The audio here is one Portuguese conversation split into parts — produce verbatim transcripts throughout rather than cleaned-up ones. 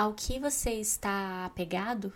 Ao que você está apegado?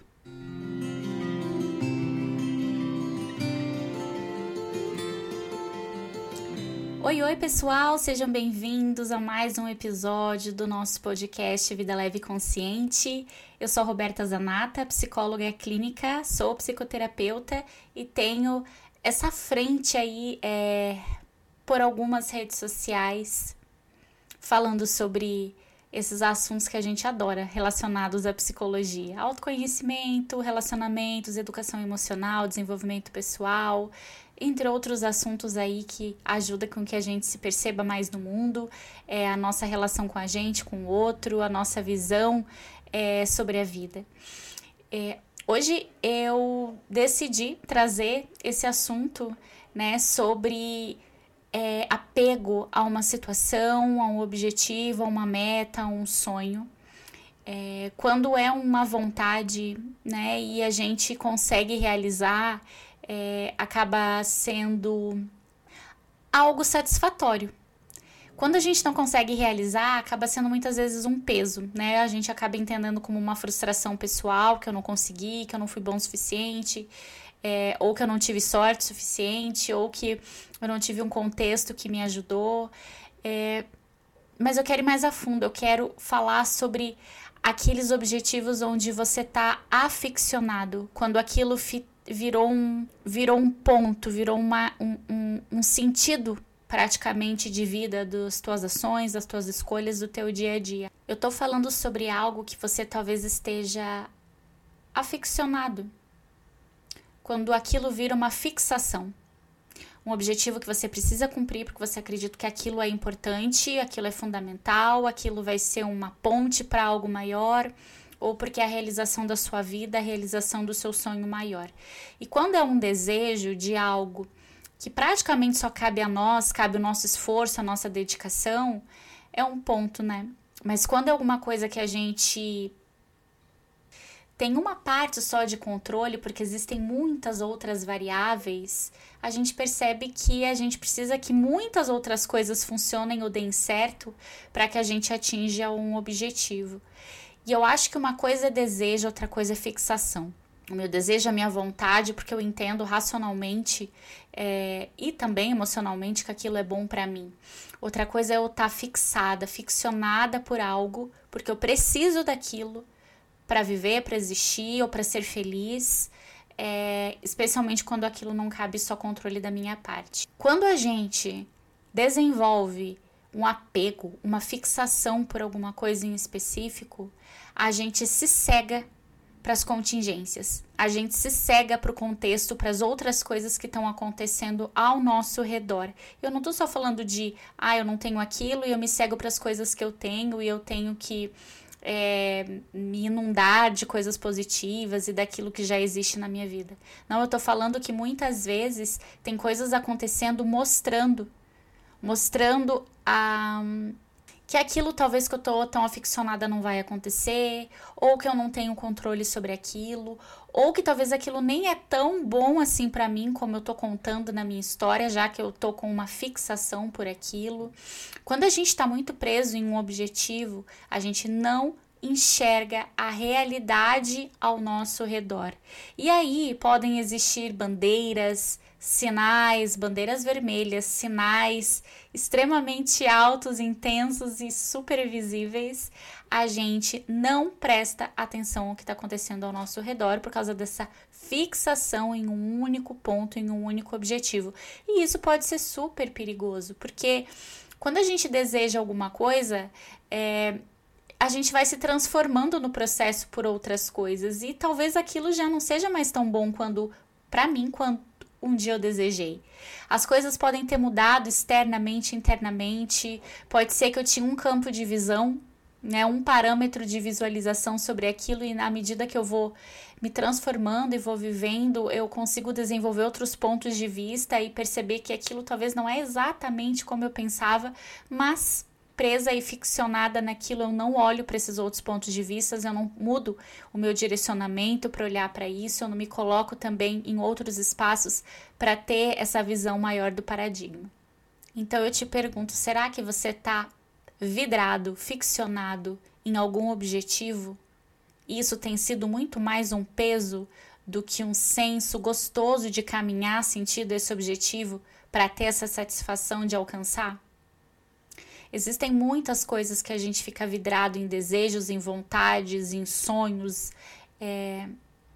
Oi, oi pessoal, sejam bem-vindos a mais um episódio do nosso podcast Vida Leve e Consciente. Eu sou a Roberta Zanata, psicóloga clínica, sou psicoterapeuta e tenho essa frente aí é, por algumas redes sociais falando sobre esses assuntos que a gente adora, relacionados à psicologia. Autoconhecimento, relacionamentos, educação emocional, desenvolvimento pessoal, entre outros assuntos aí que ajudam com que a gente se perceba mais no mundo, é, a nossa relação com a gente, com o outro, a nossa visão é, sobre a vida. É, hoje eu decidi trazer esse assunto, né, sobre É, apego a uma situação, a um objetivo, a uma meta, a um sonho. É, quando é uma vontade, né, e a gente consegue realizar, é, acaba sendo algo satisfatório. Quando a gente não consegue realizar, acaba sendo muitas vezes um peso, né? A gente acaba entendendo como uma frustração pessoal, que eu não consegui, que eu não fui bom o suficiente, é, ou que eu não tive sorte suficiente, ou que eu não tive um contexto que me ajudou. É, mas eu quero ir mais a fundo, eu quero falar sobre aqueles objetivos onde você está aficionado, quando aquilo fi, virou, um, virou um ponto, virou uma, um, um, um sentido praticamente de vida das tuas ações, das tuas escolhas, do teu dia a dia. Eu tô falando sobre algo que você talvez esteja aficionado, quando aquilo vira uma fixação, um objetivo que você precisa cumprir porque você acredita que aquilo é importante, aquilo é fundamental, aquilo vai ser uma ponte para algo maior, ou porque é a realização da sua vida, a realização do seu sonho maior. E quando é um desejo de algo que praticamente só cabe a nós, cabe o nosso esforço, a nossa dedicação, é um ponto, né? Mas quando é alguma coisa que a gente tem uma parte só de controle, porque existem muitas outras variáveis, a gente percebe que a gente precisa que muitas outras coisas funcionem ou deem certo para que a gente atinja um objetivo. E eu acho que uma coisa é desejo, outra coisa é fixação. O meu desejo, a minha vontade, porque eu entendo racionalmente é, e também emocionalmente que aquilo é bom para mim. Outra coisa é eu estar fixada, ficcionada por algo, porque eu preciso daquilo para viver, para existir ou para ser feliz, é, especialmente quando aquilo não cabe só controle da minha parte. Quando a gente desenvolve um apego, uma fixação por alguma coisa em específico, a gente se cega para as contingências, a gente se cega para o contexto, para as outras coisas que estão acontecendo ao nosso redor. Eu não estou só falando de, ah, eu não tenho aquilo e eu me cego para as coisas que eu tenho e eu tenho que é, me inundar de coisas positivas e daquilo que já existe na minha vida. Não, eu estou falando que muitas vezes tem coisas acontecendo mostrando, mostrando a... que aquilo talvez que eu tô tão aficionada não vai acontecer, ou que eu não tenho controle sobre aquilo, ou que talvez aquilo nem é tão bom assim pra mim como eu tô contando na minha história, já que eu tô com uma fixação por aquilo. Quando a gente tá muito preso em um objetivo, a gente não enxerga a realidade ao nosso redor. E aí podem existir bandeiras, sinais, bandeiras vermelhas, sinais extremamente altos, intensos e super visíveis. A gente não presta atenção ao que está acontecendo ao nosso redor por causa dessa fixação em um único ponto, em um único objetivo. E isso pode ser super perigoso, porque quando a gente deseja alguma coisa, é, a gente vai se transformando no processo por outras coisas e talvez aquilo já não seja mais tão bom quando, para mim, quando um dia eu desejei. As coisas podem ter mudado externamente, internamente. Pode ser que eu tinha um campo de visão, né, um parâmetro de visualização sobre aquilo e na medida que eu vou me transformando e vou vivendo, eu consigo desenvolver outros pontos de vista e perceber que aquilo talvez não é exatamente como eu pensava, mas presa e ficcionada naquilo, eu não olho para esses outros pontos de vista, eu não mudo o meu direcionamento para olhar para isso, eu não me coloco também em outros espaços para ter essa visão maior do paradigma. Então eu te pergunto, será que você está vidrado, ficcionado em algum objetivo isso tem sido muito mais um peso do que um senso gostoso de caminhar sentido esse objetivo para ter essa satisfação de alcançar? Existem muitas coisas que a gente fica vidrado em desejos, em vontades, em sonhos, é,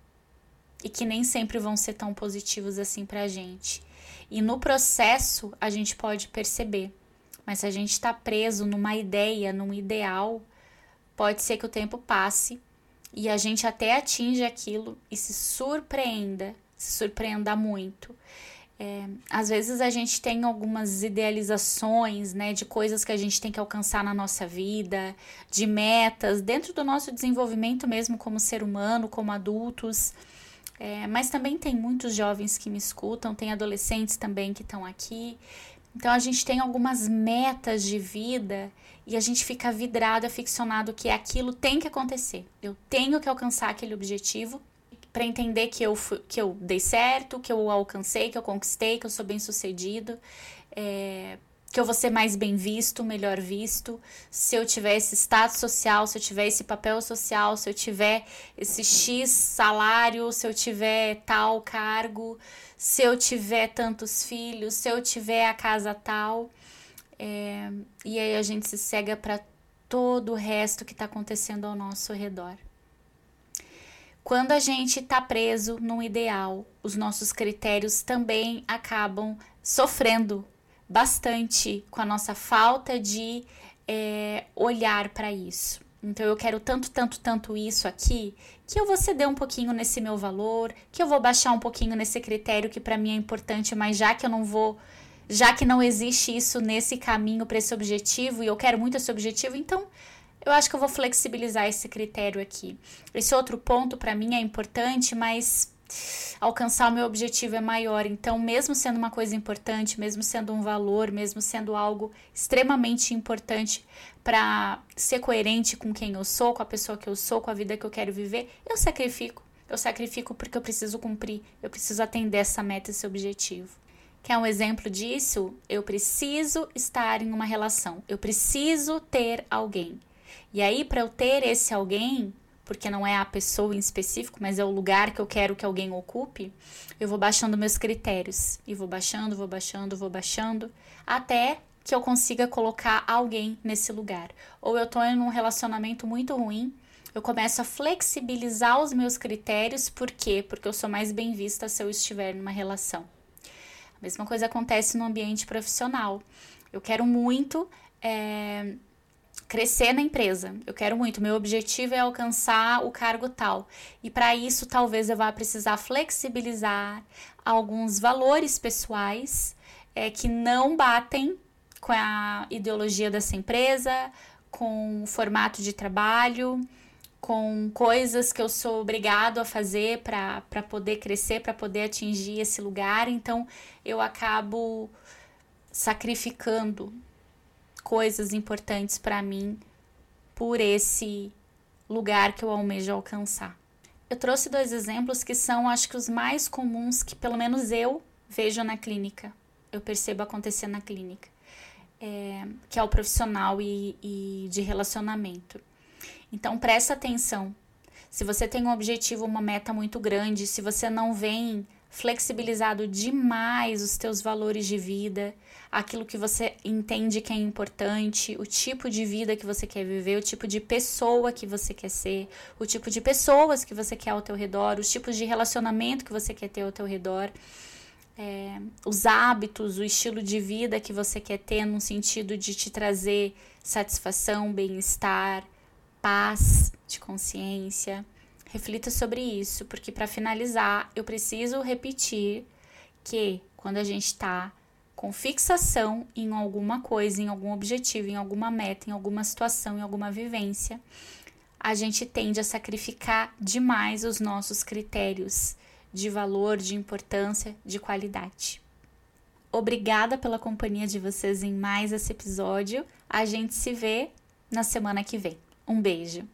e que nem sempre vão ser tão positivos assim pra gente. E no processo a gente pode perceber, mas se a gente está preso numa ideia, num ideal, pode ser que o tempo passe e a gente até atinja aquilo e se surpreenda, se surpreenda muito. É, às vezes a gente tem algumas idealizações, né, de coisas que a gente tem que alcançar na nossa vida, de metas, dentro do nosso desenvolvimento mesmo como ser humano, como adultos. É, mas também tem muitos jovens que me escutam, tem adolescentes também que estão aqui. Então a gente tem algumas metas de vida e a gente fica vidrado, aficionado que aquilo tem que acontecer. Eu tenho que alcançar aquele objetivo para entender que eu, fui, que eu dei certo, que eu alcancei, que eu conquistei, que eu sou bem sucedido, é, que eu vou ser mais bem visto, melhor visto, se eu tiver esse status social, se eu tiver esse papel social, se eu tiver esse X salário, se eu tiver tal cargo, se eu tiver tantos filhos, se eu tiver a casa tal. É, e aí a gente se cega para todo o resto que está acontecendo ao nosso redor. Quando a gente está preso num ideal, os nossos critérios também acabam sofrendo bastante com a nossa falta de é, olhar para isso. Então eu quero tanto, tanto, tanto isso aqui, que eu vou ceder um pouquinho nesse meu valor, que eu vou baixar um pouquinho nesse critério que para mim é importante, mas já que eu não vou, já que não existe isso nesse caminho para esse objetivo, e eu quero muito esse objetivo, então eu acho que eu vou flexibilizar esse critério aqui. Esse outro ponto para mim é importante, mas alcançar o meu objetivo é maior. Então, mesmo sendo uma coisa importante, mesmo sendo um valor, mesmo sendo algo extremamente importante para ser coerente com quem eu sou, com a pessoa que eu sou, com a vida que eu quero viver, eu sacrifico. Eu sacrifico porque eu preciso cumprir, eu preciso atender essa meta, esse objetivo. Quer um exemplo disso? Eu preciso estar em uma relação, eu preciso ter alguém. E aí, para eu ter esse alguém, porque não é a pessoa em específico, mas é o lugar que eu quero que alguém ocupe, eu vou baixando meus critérios. E vou baixando, vou baixando, vou baixando, até que eu consiga colocar alguém nesse lugar. Ou eu tô em um relacionamento muito ruim, eu começo a flexibilizar os meus critérios. Por quê? Porque eu sou mais bem vista se eu estiver numa relação. A mesma coisa acontece no ambiente profissional. Eu quero muito É, crescer na empresa, eu quero muito, meu objetivo é alcançar o cargo tal, e para isso talvez eu vá precisar flexibilizar alguns valores pessoais é, que não batem com a ideologia dessa empresa, com o formato de trabalho, com coisas que eu sou obrigado a fazer para para poder crescer, para poder atingir esse lugar. Então eu acabo sacrificando coisas importantes para mim por esse lugar que eu almejo alcançar. Eu trouxe dois exemplos que são, acho que, os mais comuns que pelo menos eu vejo na clínica, eu percebo acontecer na clínica, é, que é o profissional e, e de relacionamento. Então presta atenção, se você tem um objetivo, uma meta muito grande, se você não vem flexibilizado demais os teus valores de vida, aquilo que você entende que é importante, o tipo de vida que você quer viver, o tipo de pessoa que você quer ser, o tipo de pessoas que você quer ao teu redor, os tipos de relacionamento que você quer ter ao teu redor, é, os hábitos, o estilo de vida que você quer ter no sentido de te trazer satisfação, bem-estar, paz de consciência. Reflita sobre isso, porque para finalizar, eu preciso repetir que quando a gente está com fixação em alguma coisa, em algum objetivo, em alguma meta, em alguma situação, em alguma vivência, a gente tende a sacrificar demais os nossos critérios de valor, de importância, de qualidade. Obrigada pela companhia de vocês em mais esse episódio. A gente se vê na semana que vem. Um beijo!